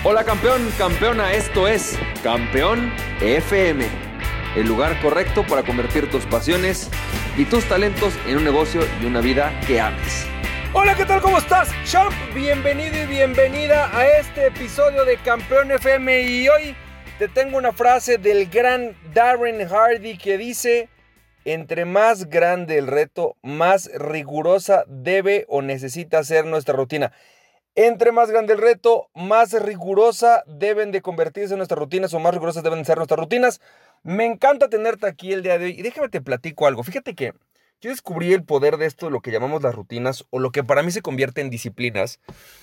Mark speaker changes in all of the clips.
Speaker 1: Hola campeón, campeona, esto es Campeón FM, el lugar correcto para convertir tus pasiones y tus talentos en un negocio y una vida que ames.
Speaker 2: Hola, ¿qué tal? ¿Cómo estás, champ? Bienvenido y bienvenida a este episodio de Campeón FM y hoy te tengo una frase del gran Darren Hardy que dice: entre más grande el reto, más rigurosa debe o necesita ser nuestra rutina. Entre más grande el reto, más rigurosa deben de convertirse nuestras rutinas o más rigurosas deben de ser nuestras rutinas. Me encanta tenerte aquí el día de hoy y déjame te platico algo. Fíjate que yo descubrí el poder de esto, lo que llamamos las rutinas o lo que para mí se convierte en disciplinas,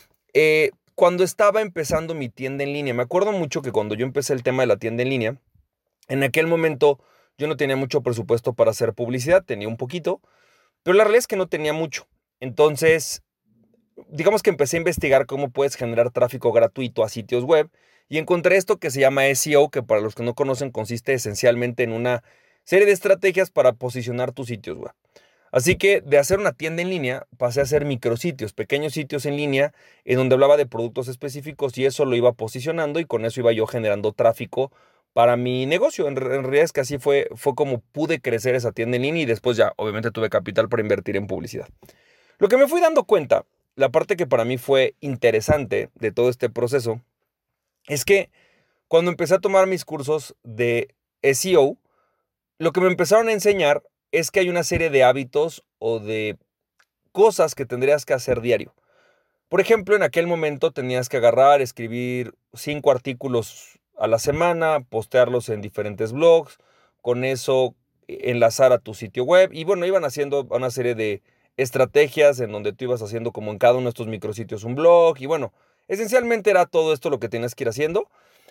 Speaker 2: cuando estaba empezando mi tienda en línea. Me acuerdo mucho que cuando yo empecé el tema de la tienda en línea, en aquel momento yo no tenía mucho presupuesto para hacer publicidad, tenía un poquito, pero la realidad es que no tenía mucho. Entonces, digamos que empecé a investigar cómo puedes generar tráfico gratuito a sitios web y encontré esto que se llama SEO, que para los que no conocen consiste esencialmente en una serie de estrategias para posicionar tus sitios web. Así que de hacer una tienda en línea pasé a hacer micrositios, pequeños sitios en línea en donde hablaba de productos específicos y eso lo iba posicionando y con eso iba yo generando tráfico para mi negocio. En realidad es que así fue como pude crecer esa tienda en línea y después ya obviamente tuve capital para invertir en publicidad. Lo que me fui dando cuenta, la parte que para mí fue interesante de todo este proceso, es que cuando empecé a tomar mis cursos de SEO, lo que me empezaron a enseñar es que hay una serie de hábitos o de cosas que tendrías que hacer diario. Por ejemplo, en aquel momento tenías que agarrar, escribir 5 artículos a la semana, postearlos en diferentes blogs, con eso enlazar a tu sitio web y bueno, iban haciendo una serie de estrategias en donde tú ibas haciendo como en cada uno de estos micrositios un blog y bueno, esencialmente era todo esto lo que tenías que ir haciendo,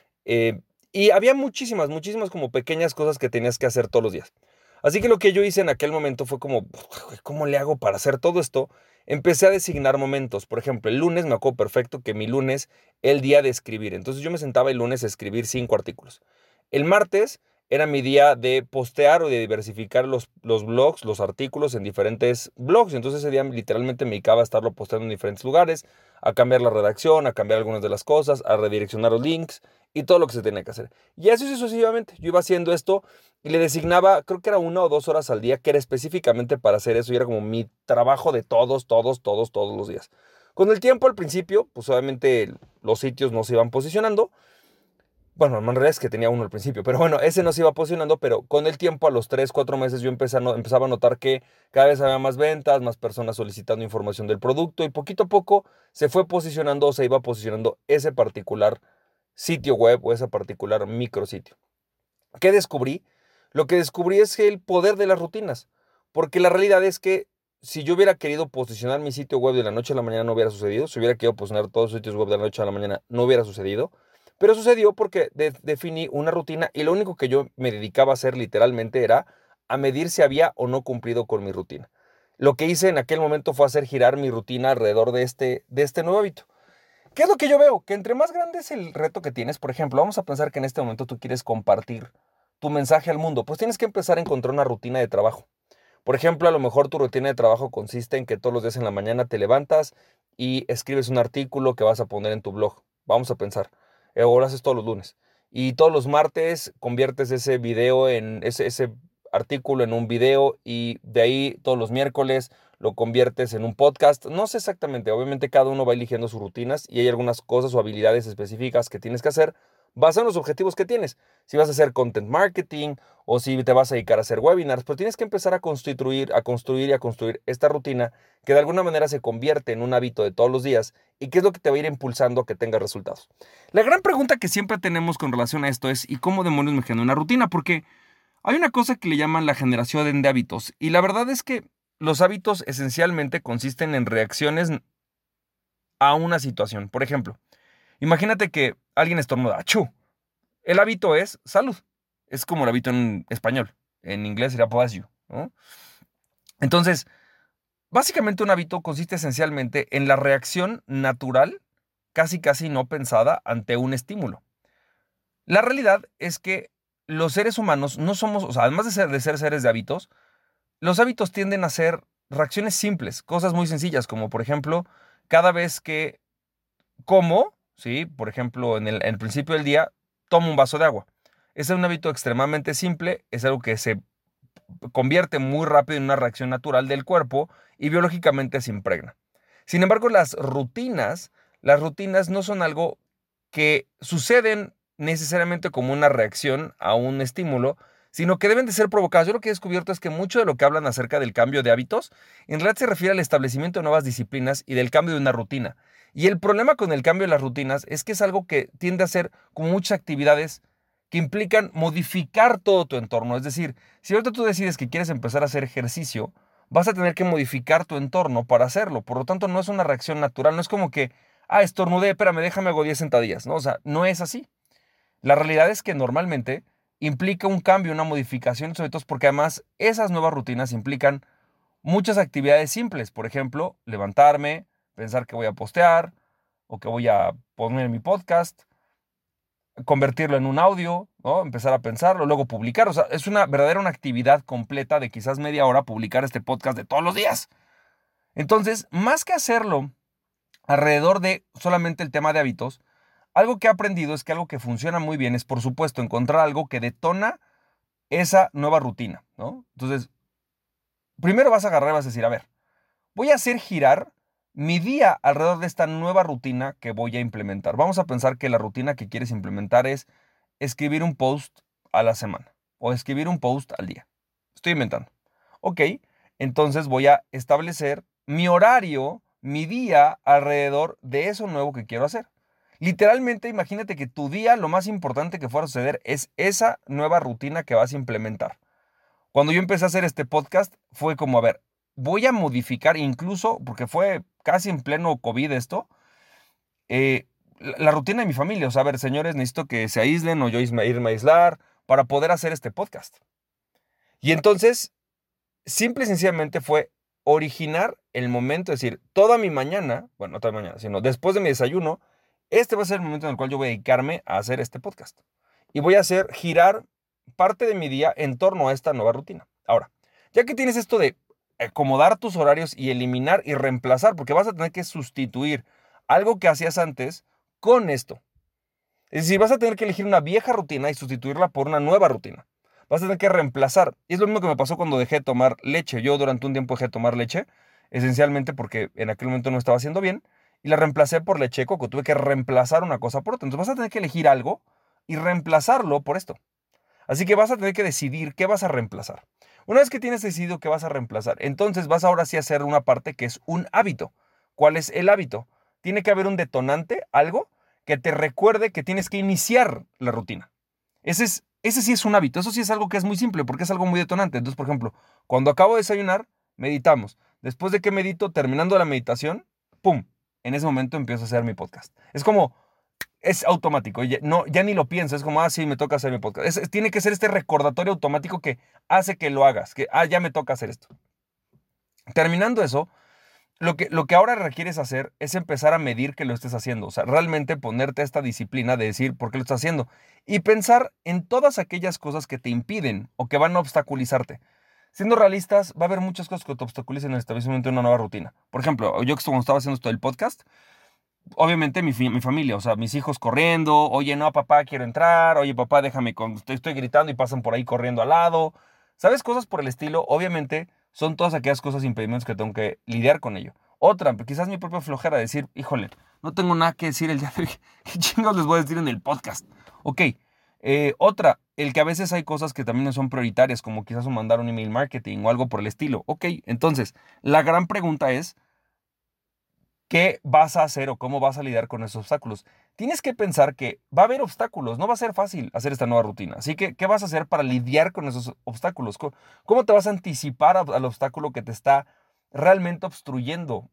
Speaker 2: y había muchísimas como pequeñas cosas que tenías que hacer todos los días. Así que lo que yo hice en aquel momento fue como, ¿cómo le hago para hacer todo esto? Empecé a designar momentos. Por ejemplo, el lunes me acuerdo perfecto que mi lunes, el día de escribir. Entonces yo me sentaba el lunes a escribir 5 artículos. El martes era mi día de postear o de diversificar los blogs, los artículos en diferentes blogs. Entonces ese día literalmente me dedicaba a estarlo posteando en diferentes lugares, a cambiar la redacción, a cambiar algunas de las cosas, a redireccionar los links y todo lo que se tenía que hacer. Y así sucesivamente. Yo iba haciendo esto y le designaba, creo que era 1 o 2 horas al día, que era específicamente para hacer eso y era como mi trabajo de todos los días. Con el tiempo, al principio, pues obviamente los sitios no se iban posicionando. Bueno, en realidad es que tenía uno al principio, pero bueno, ese no se iba posicionando, pero con el tiempo, a los 3, 4 meses, yo empezaba a notar que cada vez había más ventas, más personas solicitando información del producto y poquito a poco se fue posicionando o se iba posicionando ese particular sitio web o ese particular micrositio. ¿Qué descubrí? Lo que descubrí es que el poder de las rutinas, porque la realidad es que si yo hubiera querido posicionar mi sitio web de la noche a la mañana no hubiera sucedido, si hubiera querido posicionar todos los sitios web de la noche a la mañana no hubiera sucedido, pero sucedió porque definí una rutina y lo único que yo me dedicaba a hacer literalmente era a medir si había o no cumplido con mi rutina. Lo que hice en aquel momento fue hacer girar mi rutina alrededor de este nuevo hábito. ¿Qué es lo que yo veo? Que entre más grande es el reto que tienes, por ejemplo, vamos a pensar que en este momento tú quieres compartir tu mensaje al mundo, pues tienes que empezar a encontrar una rutina de trabajo. Por ejemplo, a lo mejor tu rutina de trabajo consiste en que todos los días en la mañana te levantas y escribes un artículo que vas a poner en tu blog. Vamos a pensar. O lo haces todos los lunes. Y todos los martes conviertes ese video en ese artículo en un video y de ahí todos los miércoles lo conviertes en un podcast. No sé exactamente, obviamente cada uno va eligiendo sus rutinas y hay algunas cosas o habilidades específicas que tienes que hacer basado en los objetivos que tienes. Si vas a hacer content marketing o si te vas a dedicar a hacer webinars, pero tienes que empezar a construir esta rutina que de alguna manera se convierte en un hábito de todos los días y que es lo que te va a ir impulsando a que tengas resultados. La gran pregunta que siempre tenemos con relación a esto es ¿y cómo demonios me genero una rutina? Porque hay una cosa que le llaman la generación de hábitos y la verdad es que los hábitos esencialmente consisten en reacciones a una situación. Por ejemplo, imagínate que alguien estornuda. ¡Achú! El hábito es salud. Es como el hábito en español. En inglés sería bless you, ¿no? Entonces, básicamente un hábito consiste esencialmente en la reacción natural, casi no pensada, ante un estímulo. La realidad es que los seres humanos no somos, o sea, además de ser seres de hábitos, los hábitos tienden a ser reacciones simples, cosas muy sencillas, como por ejemplo, cada vez que como, ¿sí? Por ejemplo, en el principio del día, toma un vaso de agua. Ese es un hábito extremadamente simple, es algo que se convierte muy rápido en una reacción natural del cuerpo y biológicamente se impregna. Sin embargo, las rutinas no son algo que suceden necesariamente como una reacción a un estímulo, sino que deben de ser provocadas. Yo lo que he descubierto es que mucho de lo que hablan acerca del cambio de hábitos, en realidad se refiere al establecimiento de nuevas disciplinas y del cambio de una rutina. Y el problema con el cambio de las rutinas es que es algo que tiende a ser como muchas actividades que implican modificar todo tu entorno. Es decir, si ahorita tú decides que quieres empezar a hacer ejercicio, vas a tener que modificar tu entorno para hacerlo. Por lo tanto, no es una reacción natural. No es como que, estornudé, espérame, déjame hago 10 sentadillas. No, o sea, no es así. La realidad es que normalmente implica un cambio, una modificación, sobre todo porque además esas nuevas rutinas implican muchas actividades simples. Por ejemplo, levantarme, pensar que voy a postear o que voy a poner en mi podcast, convertirlo en un audio, ¿no? Empezar a pensarlo, luego publicar. O sea, es una verdadera actividad completa de quizás media hora publicar este podcast de todos los días. Entonces, más que hacerlo alrededor de solamente el tema de hábitos, algo que he aprendido es que algo que funciona muy bien es, por supuesto, encontrar algo que detona esa nueva rutina, ¿no? Entonces, primero vas a agarrar y vas a decir, a ver, voy a hacer girar mi día alrededor de esta nueva rutina que voy a implementar. Vamos a pensar que la rutina que quieres implementar es escribir un post a la semana o escribir un post al día. Estoy inventando. Ok, entonces voy a establecer mi horario, mi día alrededor de eso nuevo que quiero hacer. Literalmente, imagínate que tu día, lo más importante que fuera a suceder es esa nueva rutina que vas a implementar. Cuando yo empecé a hacer este podcast, fue como, a ver, voy a modificar, incluso, porque fue casi en pleno COVID esto, la rutina de mi familia. O sea, a ver, señores, necesito que se aíslen o yo irme a aislar para poder hacer este podcast. Y entonces, simple y sencillamente fue originar el momento, es decir, toda mi mañana, bueno, no toda mi mañana, sino después de mi desayuno, este va a ser el momento en el cual yo voy a dedicarme a hacer este podcast. Y voy a hacer girar parte de mi día en torno a esta nueva rutina. Ahora, ya que tienes esto de acomodar tus horarios y eliminar y reemplazar, porque vas a tener que sustituir algo que hacías antes con esto. Es decir, vas a tener que elegir una vieja rutina y sustituirla por una nueva rutina. Vas a tener que reemplazar. Y es lo mismo que me pasó cuando dejé de tomar leche. Yo durante un tiempo dejé de tomar leche, esencialmente porque en aquel momento no estaba haciendo bien, y la reemplacé por leche coco. Tuve que reemplazar una cosa por otra. Entonces vas a tener que elegir algo y reemplazarlo por esto. Así que vas a tener que decidir qué vas a reemplazar. Una vez que tienes decidido qué vas a reemplazar, entonces vas ahora sí a hacer una parte que es un hábito. ¿Cuál es el hábito? Tiene que haber un detonante, algo que te recuerde que tienes que iniciar la rutina. Ese sí es un hábito. Eso sí es algo que es muy simple porque es algo muy detonante. Entonces, por ejemplo, cuando acabo de desayunar, meditamos. Después de que medito, terminando la meditación, ¡pum! En ese momento empiezo a hacer mi podcast. Es automático, ya ni lo pienso, es como, sí, me toca hacer mi podcast. Tiene que ser este recordatorio automático que hace que lo hagas, que, ya me toca hacer esto. Terminando eso, lo que ahora requieres hacer es empezar a medir que lo estés haciendo, o sea, realmente ponerte esta disciplina de decir por qué lo estás haciendo y pensar en todas aquellas cosas que te impiden o que van a obstaculizarte. Siendo realistas, va a haber muchas cosas que te obstaculicen en el establecimiento de una nueva rutina. Por ejemplo, yo cuando estaba haciendo esto del podcast, obviamente mi familia, o sea, mis hijos corriendo, oye, no, papá, quiero entrar, oye, papá, déjame, estoy gritando y pasan por ahí corriendo al lado. ¿Sabes? Cosas por el estilo, obviamente, son todas aquellas cosas, impedimentos que tengo que lidiar con ello. Otra, quizás mi propia flojera, decir, híjole, no tengo nada que decir el día de hoy, ¿qué chingados les voy a decir en el podcast? Ok, otra, el que a veces hay cosas que también no son prioritarias, como quizás mandar un email marketing o algo por el estilo. Ok, entonces, la gran pregunta es, ¿qué vas a hacer o cómo vas a lidiar con esos obstáculos? Tienes que pensar que va a haber obstáculos, no va a ser fácil hacer esta nueva rutina. Así que, ¿qué vas a hacer para lidiar con esos obstáculos? ¿Cómo te vas a anticipar al obstáculo que te está realmente obstruyendo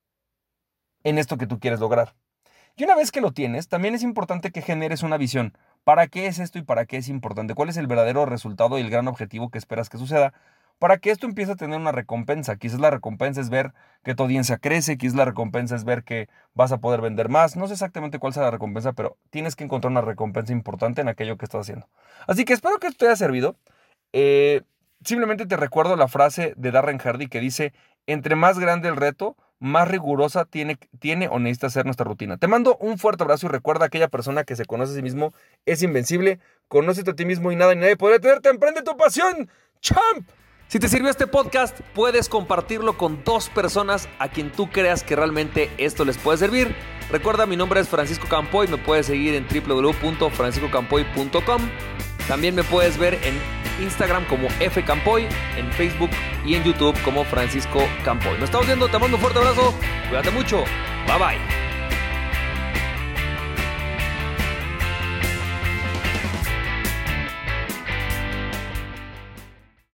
Speaker 2: en esto que tú quieres lograr? Y una vez que lo tienes, también es importante que generes una visión. ¿Para qué es esto y para qué es importante? ¿Cuál es el verdadero resultado y el gran objetivo que esperas que suceda? Para que esto empiece a tener una recompensa. Quizás la recompensa es ver que tu audiencia crece, quizás la recompensa es ver que vas a poder vender más. No sé exactamente cuál será la recompensa, pero tienes que encontrar una recompensa importante en aquello que estás haciendo. Así que espero que esto te haya servido. Simplemente te recuerdo la frase de Darren Hardy que dice, entre más grande el reto, más rigurosa tiene o necesita ser nuestra rutina. Te mando un fuerte abrazo y recuerda, aquella persona que se conoce a sí mismo es invencible. Conócete a ti mismo y nada ni nadie podrá detenerte. ¡Emprende tu pasión, champ!
Speaker 1: Si te sirvió este podcast, puedes compartirlo con 2 personas a quien tú creas que realmente esto les puede servir. Recuerda, mi nombre es Francisco Campoy, me puedes seguir en www.franciscocampoy.com. También me puedes ver en Instagram como fcampoy, en Facebook y en YouTube como Francisco Campoy. Nos estamos viendo, te mando un fuerte abrazo, cuídate mucho, bye bye.